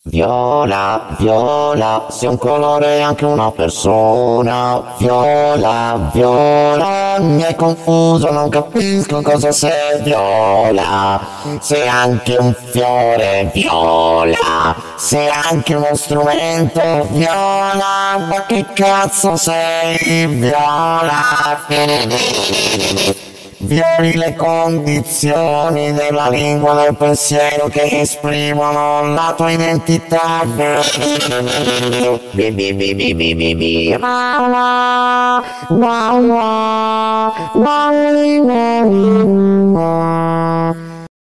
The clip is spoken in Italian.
Viola, viola, sei un colore e anche una persona. Viola, viola, mi hai confuso, non capisco cosa sei. Viola, sei anche un fiore. Viola, sei anche uno strumento. Viola, ma che cazzo sei? Viola. Violi le condizioni della lingua del pensiero che esprimono la tua identità.